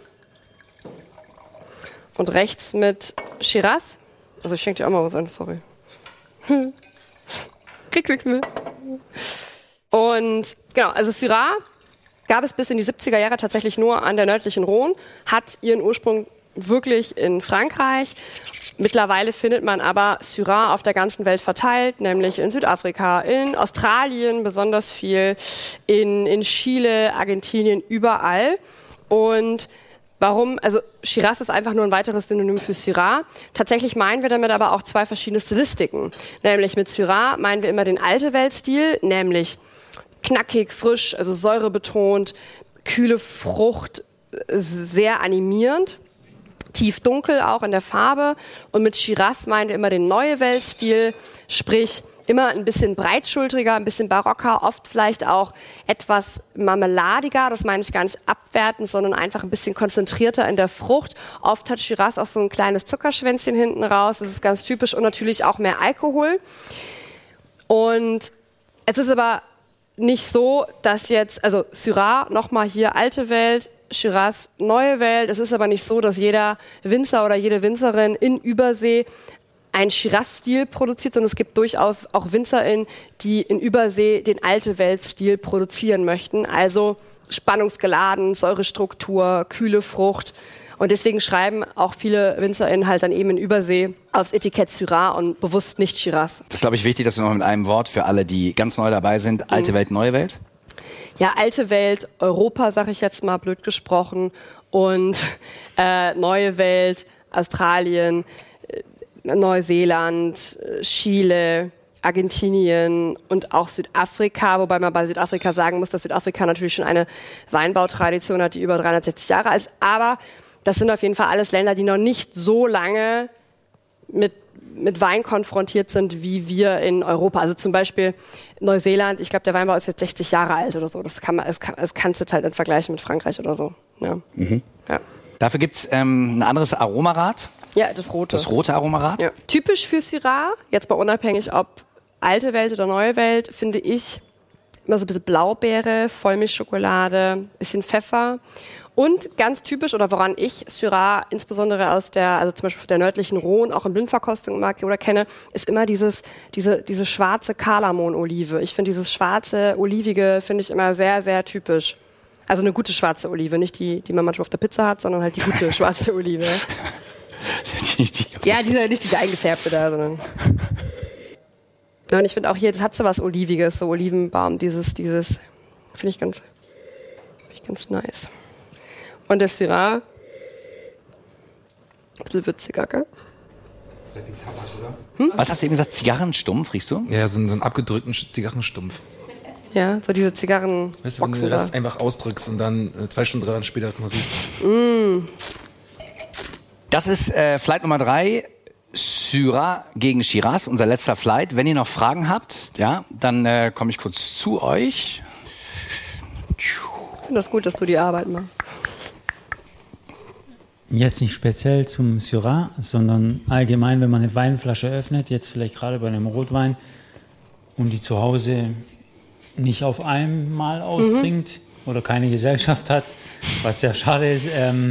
und rechts mit Shiraz. Also ich schenke dir auch mal was an, sorry. Krieg nichts mehr. Und genau, also Syrah gab es bis in die siebziger Jahre tatsächlich nur an der nördlichen Rhone, hat ihren Ursprung wirklich in Frankreich. Mittlerweile findet man aber Syrah auf der ganzen Welt verteilt, nämlich in Südafrika, in Australien besonders viel, in, in Chile, Argentinien, überall. Und warum? Also Shiraz ist einfach nur ein weiteres Synonym für Syrah. Tatsächlich meinen wir damit aber auch zwei verschiedene Stilistiken. Nämlich mit Syrah meinen wir immer den alte Weltstil, nämlich knackig, frisch, also säurebetont, kühle Frucht, sehr animierend. Tief dunkel auch in der Farbe. Und mit Shiraz meinen wir immer den neue Weltstil, sprich immer ein bisschen breitschultriger, ein bisschen barocker, oft vielleicht auch etwas marmeladiger. Das meine ich gar nicht abwertend, sondern einfach ein bisschen konzentrierter in der Frucht. Oft hat Shiraz auch so ein kleines Zuckerschwänzchen hinten raus. Das ist ganz typisch und natürlich auch mehr Alkohol. Und es ist aber nicht so, dass jetzt, also Syrah, nochmal hier alte Welt, Shiraz, neue Welt. Es ist aber nicht so, dass jeder Winzer oder jede Winzerin in Übersee einen Shiraz-Stil produziert, sondern es gibt durchaus auch WinzerInnen, die in Übersee den alte Welt-Stil produzieren möchten. Also spannungsgeladen, Säurestruktur, kühle Frucht. Und deswegen schreiben auch viele WinzerInnen halt dann eben in Übersee aufs Etikett Syrah und bewusst nicht Shiraz. Das ist, glaube ich, wichtig, dass wir noch mit einem Wort für alle, die ganz neu dabei sind, alte mhm. Welt, neue Welt. Ja, alte Welt, Europa, sage ich jetzt mal blöd gesprochen, und äh, neue Welt, Australien, äh, Neuseeland, äh, Chile, Argentinien und auch Südafrika, wobei man bei Südafrika sagen muss, dass Südafrika natürlich schon eine Weinbautradition hat, die über dreihundertsechzig Jahre alt ist, aber das sind auf jeden Fall alles Länder, die noch nicht so lange mit mit Wein konfrontiert sind, wie wir in Europa. Also zum Beispiel Neuseeland, ich glaube, der Weinbau ist jetzt sechzig Jahre alt oder so. Das kann man, das, kann, das kannst du jetzt halt nicht vergleichen mit Frankreich oder so. Ja. Mhm. Ja. Dafür gibt's ähm, ein anderes Aromarad. Ja, das rote. Das rote Aromarat? Ja. Typisch für Syrah, jetzt mal unabhängig, ob alte Welt oder neue Welt, finde ich immer so ein bisschen Blaubeere, Vollmilchschokolade, bisschen Pfeffer. Und ganz typisch, oder woran ich Syrah insbesondere aus der, also zum Beispiel der nördlichen Rhone, auch in Blindverkostung mag oder kenne, ist immer dieses, diese, diese schwarze Kardamom-Olive. Ich finde dieses schwarze, olivige, finde ich immer sehr, sehr typisch. Also eine gute schwarze Olive, nicht die, die man manchmal auf der Pizza hat, sondern halt die gute schwarze Olive. die, die ja, diese, nicht diese eingefärbte da, sondern... Ja, und ich finde auch hier, das hat so was Oliviges, so Olivenbaum, dieses, dieses, finde ich ganz, finde ich ganz nice. Und der Syrah, ein bisschen würziger, gell? Hm? Was hast du eben gesagt? Zigarrenstumpf, riechst du? Ja, so einen, so einen abgedrückten Zigarrenstumpf. Ja, so diese Zigarren. Weißt du, wenn du den Rest einfach ausdrückst und dann äh, zwei Stunden dran später mal riechst. Mm. Das ist äh, Flight Nummer drei. Syrah gegen Shiraz, unser letzter Flight. Wenn ihr noch Fragen habt, ja, dann äh, komme ich kurz zu euch. Ich finde das gut, dass du die Arbeit machst. Jetzt nicht speziell zum Syrah, sondern allgemein, wenn man eine Weinflasche öffnet, jetzt vielleicht gerade bei einem Rotwein und die zu Hause nicht auf einmal austrinkt mhm. oder keine Gesellschaft hat, was sehr schade ist. Ähm,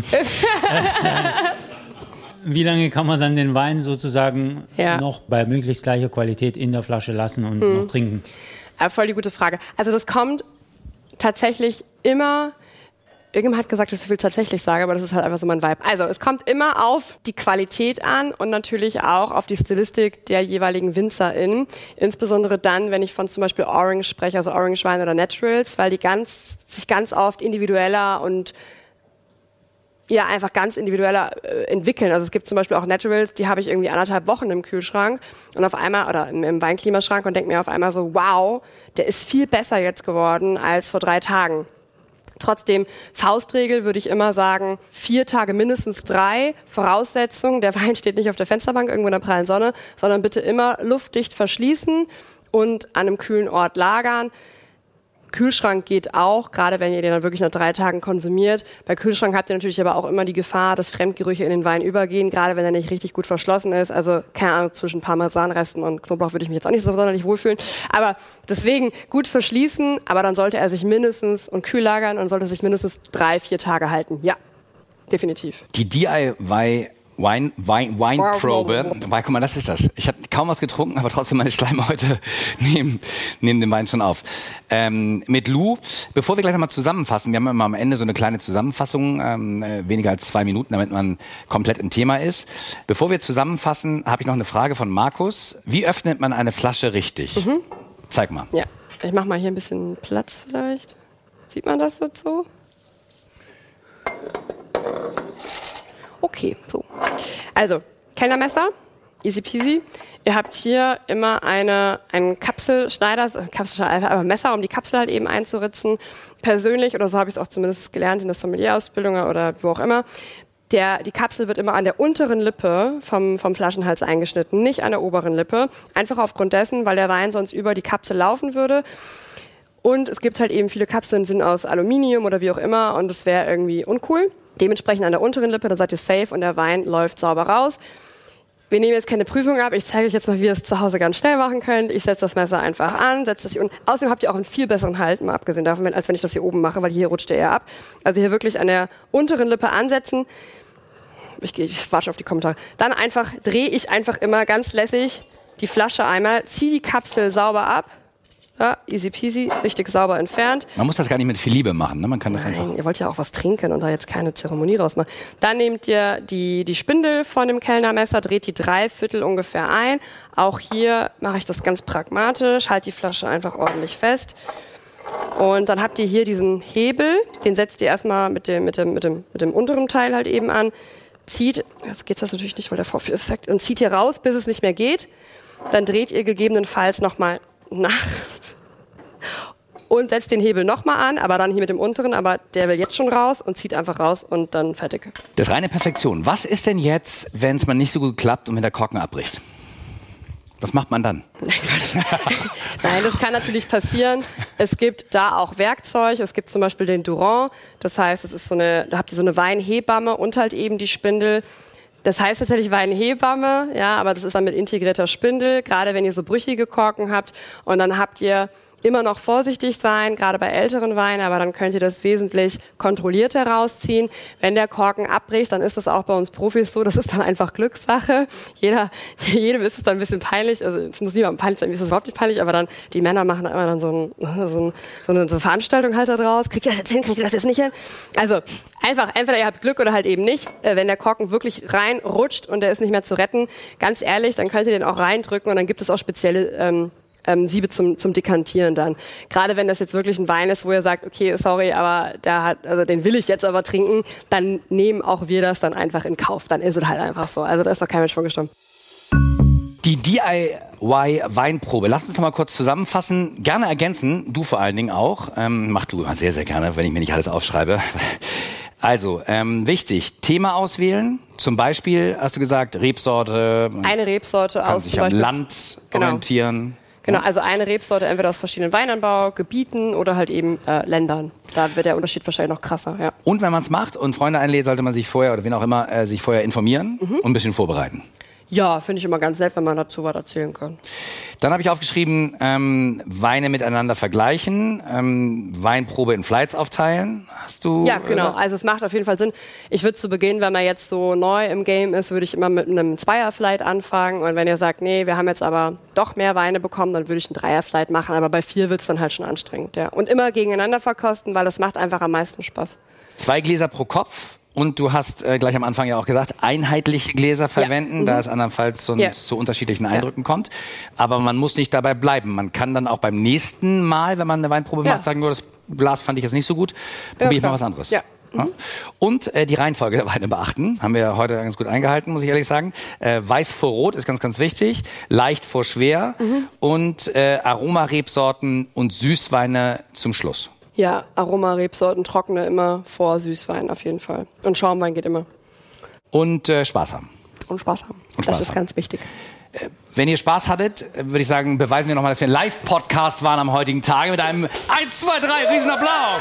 Wie lange kann man dann den Wein sozusagen ja. noch bei möglichst gleicher Qualität in der Flasche lassen und hm. noch trinken? Ja, voll die gute Frage. Also das kommt tatsächlich immer, irgendjemand hat gesagt, dass ich so viel tatsächlich sage, aber das ist halt einfach so mein Vibe. Also es kommt immer auf die Qualität an und natürlich auch auf die Stilistik der jeweiligen WinzerInnen. Insbesondere dann, wenn ich von zum Beispiel Orange spreche, also Orange Wein oder Naturals, weil die ganz, sich ganz oft individueller und ja, einfach ganz individueller äh, entwickeln. Also es gibt zum Beispiel auch Naturals, die habe ich irgendwie anderthalb Wochen im Kühlschrank und auf einmal, oder im, im Weinklimaschrank und denke mir auf einmal so, wow, der ist viel besser jetzt geworden als vor drei Tagen. Trotzdem, Faustregel würde ich immer sagen, vier Tage mindestens drei. Voraussetzung, der Wein steht nicht auf der Fensterbank irgendwo in der prallen Sonne, sondern bitte immer luftdicht verschließen und an einem kühlen Ort lagern. Kühlschrank geht auch, gerade wenn ihr den dann wirklich nach drei Tagen konsumiert. Bei Kühlschrank habt ihr natürlich aber auch immer die Gefahr, dass Fremdgerüche in den Wein übergehen, gerade wenn er nicht richtig gut verschlossen ist. Also, keine Ahnung, zwischen Parmesanresten und Knoblauch würde ich mich jetzt auch nicht so sonderlich wohlfühlen. Aber deswegen gut verschließen, aber dann sollte er sich mindestens und kühl lagern und sollte sich mindestens drei, vier Tage halten. Ja, definitiv. Die D I Y Wein, Wein, Weinprobe. Weil, guck mal, das ist das. Ich habe kaum was getrunken, aber trotzdem meine Schleimhäute nehmen, nehmen den Wein schon auf. Ähm, mit Lou, bevor wir gleich nochmal zusammenfassen, wir haben immer am Ende so eine kleine Zusammenfassung, ähm, weniger als zwei Minuten, damit man komplett im Thema ist. Bevor wir zusammenfassen, habe ich noch eine Frage von Markus. Wie öffnet man eine Flasche richtig? Mhm. Zeig mal. Ja, ich mache mal hier ein bisschen Platz vielleicht. Sieht man das so? Okay, so. Also, Kellnermesser, easy peasy. Ihr habt hier immer eine, einen Kapselschneider, also Kapselschneider, aber Messer, um die Kapsel halt eben einzuritzen. Persönlich, oder so habe ich es auch zumindest gelernt in der Sommelier-Ausbildung oder wo auch immer, der, die Kapsel wird immer an der unteren Lippe vom, vom Flaschenhals eingeschnitten, nicht an der oberen Lippe. Einfach aufgrund dessen, weil der Wein sonst über die Kapsel laufen würde. Und es gibt halt eben viele Kapseln, die sind aus Aluminium oder wie auch immer und das wäre irgendwie uncool. Dementsprechend an der unteren Lippe, dann seid ihr safe und der Wein läuft sauber raus. Wir nehmen jetzt keine Prüfung ab. Ich zeige euch jetzt mal, wie ihr es zu Hause ganz schnell machen könnt. Ich setze das Messer einfach an, setze das hier unten. Außerdem habt ihr auch einen viel besseren Halt, mal abgesehen davon, als wenn ich das hier oben mache, weil hier rutscht ihr eher ab. Also hier wirklich an der unteren Lippe ansetzen. Ich, ich warte auf die Kommentare. Dann einfach, drehe ich einfach immer ganz lässig die Flasche einmal, ziehe die Kapsel sauber ab. Ja, easy peasy, richtig sauber entfernt. Man muss das gar nicht mit viel Liebe machen, ne? Man kann das Nein, einfach... ihr wollt ja auch was trinken und da jetzt keine Zeremonie rausmachen. Dann nehmt ihr die, die Spindel von dem Kellnermesser, dreht die drei Viertel ungefähr ein. Auch hier mache ich das ganz pragmatisch, halte die Flasche einfach ordentlich fest. Und dann habt ihr hier diesen Hebel, den setzt ihr erstmal mit dem, mit dem, mit dem, mit dem unteren Teil halt eben an. Zieht, jetzt geht das natürlich nicht, weil der Vorführeffekt, und zieht hier raus, bis es nicht mehr geht. Dann dreht ihr gegebenenfalls nochmal nach und setzt den Hebel nochmal an, aber dann hier mit dem unteren, aber der will jetzt schon raus und zieht einfach raus und dann fertig. Das ist reine Perfektion. Was ist denn jetzt, wenn es mal nicht so gut klappt und wenn der Korken abbricht? Was macht man dann? Nein, das kann natürlich passieren. Es gibt da auch Werkzeug. Es gibt zum Beispiel den Durand. Das heißt, es ist so eine, da habt ihr so eine Weinhebamme und halt eben die Spindel. Das heißt tatsächlich Weinhebamme, ja, aber das ist dann mit integrierter Spindel, gerade wenn ihr so brüchige Korken habt und dann habt ihr immer noch vorsichtig sein, gerade bei älteren Weinen, aber dann könnt ihr das wesentlich kontrollierter rausziehen. Wenn der Korken abbricht, dann ist das auch bei uns Profis so, das ist dann einfach Glückssache. Jeder, jedem ist es dann ein bisschen peinlich, also es muss niemandem peinlich sein, mir ist es überhaupt nicht peinlich, aber dann, die Männer machen dann immer dann so, ein, so, ein, so, eine, so eine Veranstaltung halt da draus, kriegt ihr das jetzt hin, kriegt ihr das jetzt nicht hin? Also einfach, entweder ihr habt Glück oder halt eben nicht. Wenn der Korken wirklich reinrutscht und der ist nicht mehr zu retten, ganz ehrlich, dann könnt ihr den auch reindrücken und dann gibt es auch spezielle ähm, Ähm, Siebe zum, zum Dekantieren dann. Gerade wenn das jetzt wirklich ein Wein ist, wo ihr sagt, okay, sorry, aber der hat, also den will ich jetzt aber trinken, dann nehmen auch wir das dann einfach in Kauf. Dann ist es halt einfach so. Also da ist noch kein Mensch vorgestorben. Die D I Y-Weinprobe. Lass uns noch mal kurz zusammenfassen. Gerne ergänzen, du vor allen Dingen auch. Ähm, mach du immer sehr, sehr gerne, wenn ich mir nicht alles aufschreibe. Also, ähm, wichtig, Thema auswählen. Zum Beispiel, hast du gesagt, Rebsorte. Eine Rebsorte kann aus sich zum am Beispiel, Land genau. orientieren. Genau, also eine Rebsorte entweder aus verschiedenen Weinanbaugebieten oder halt eben äh, Ländern. Da wird der Unterschied wahrscheinlich noch krasser, ja. Und wenn man es macht und Freunde einlädt, sollte man sich vorher oder wen auch immer äh, sich vorher informieren Mhm. und ein bisschen vorbereiten. Ja, finde ich immer ganz nett, wenn man dazu was erzählen kann. Dann habe ich aufgeschrieben, ähm, Weine miteinander vergleichen, ähm, Weinprobe in Flights aufteilen. Hast du? Ja, genau. Äh, Also es macht auf jeden Fall Sinn. Ich würde zu Beginn, wenn man jetzt so neu im Game ist, würde ich immer mit einem Zweier-Flight anfangen. Und wenn ihr sagt, nee, wir haben jetzt aber doch mehr Weine bekommen, dann würde ich einen Dreier-Flight machen. Aber bei vier wird es dann halt schon anstrengend. Ja. Und immer gegeneinander verkosten, weil das macht einfach am meisten Spaß. Zwei Gläser pro Kopf. Und du hast äh, gleich am Anfang ja auch gesagt, einheitliche Gläser verwenden, Ja. Mhm. da es andernfalls sonst Ja. zu unterschiedlichen Eindrücken kommt. Aber man muss nicht dabei bleiben. Man kann dann auch beim nächsten Mal, wenn man eine Weinprobe Ja. macht, sagen, nur das Glas fand ich jetzt nicht so gut, probiere ich mal klar. was anderes. Ja. Ja? Und äh, die Reihenfolge der Weine beachten, haben wir heute ganz gut eingehalten, muss ich ehrlich sagen. Äh, Weiß vor Rot ist ganz, ganz wichtig, leicht vor Schwer und äh, Aromarebsorten und Süßweine zum Schluss. Ja, Aromarebsorten, trockene immer vor Süßwein auf jeden Fall. Und Schaumwein geht immer. Und äh, Spaß haben. Und Spaß haben. Und Spaß das ist haben. ganz wichtig. Wenn ihr Spaß hattet, würde ich sagen, beweisen wir nochmal, dass wir ein Live-Podcast waren am heutigen Tage mit einem eins, zwei, drei Riesenapplaus.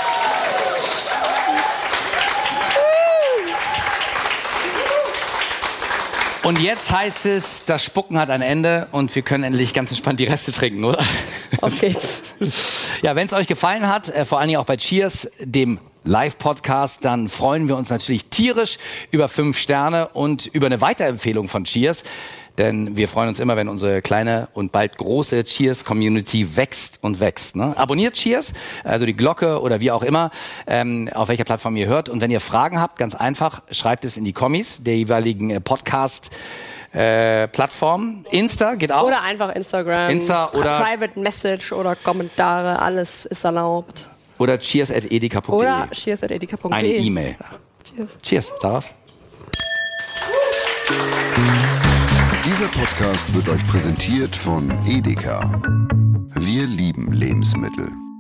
Und jetzt heißt es, das Spucken hat ein Ende und wir können endlich ganz entspannt die Reste trinken, oder? Auf geht's. Ja, wenn es euch gefallen hat, äh, vor allen Dingen auch bei Cheers, dem Live-Podcast, dann freuen wir uns natürlich tierisch über fünf Sterne und über eine Weiterempfehlung von Cheers. Denn wir freuen uns immer, wenn unsere kleine und bald große Cheers-Community wächst und wächst. Ne? Abonniert Cheers, also die Glocke oder wie auch immer, ähm, auf welcher Plattform ihr hört. Und wenn ihr Fragen habt, ganz einfach, schreibt es in die Kommis der jeweiligen äh, Podcast äh, Plattform. Insta geht auch. Oder einfach Instagram. Insta oder- Private Message oder Kommentare, alles ist erlaubt. Oder cheers at edeka punkt de. Oder cheers at edeka punkt de. Eine E-Mail. Cheers. Cheers, darauf. Dieser Podcast wird euch präsentiert von Edeka. Wir lieben Lebensmittel.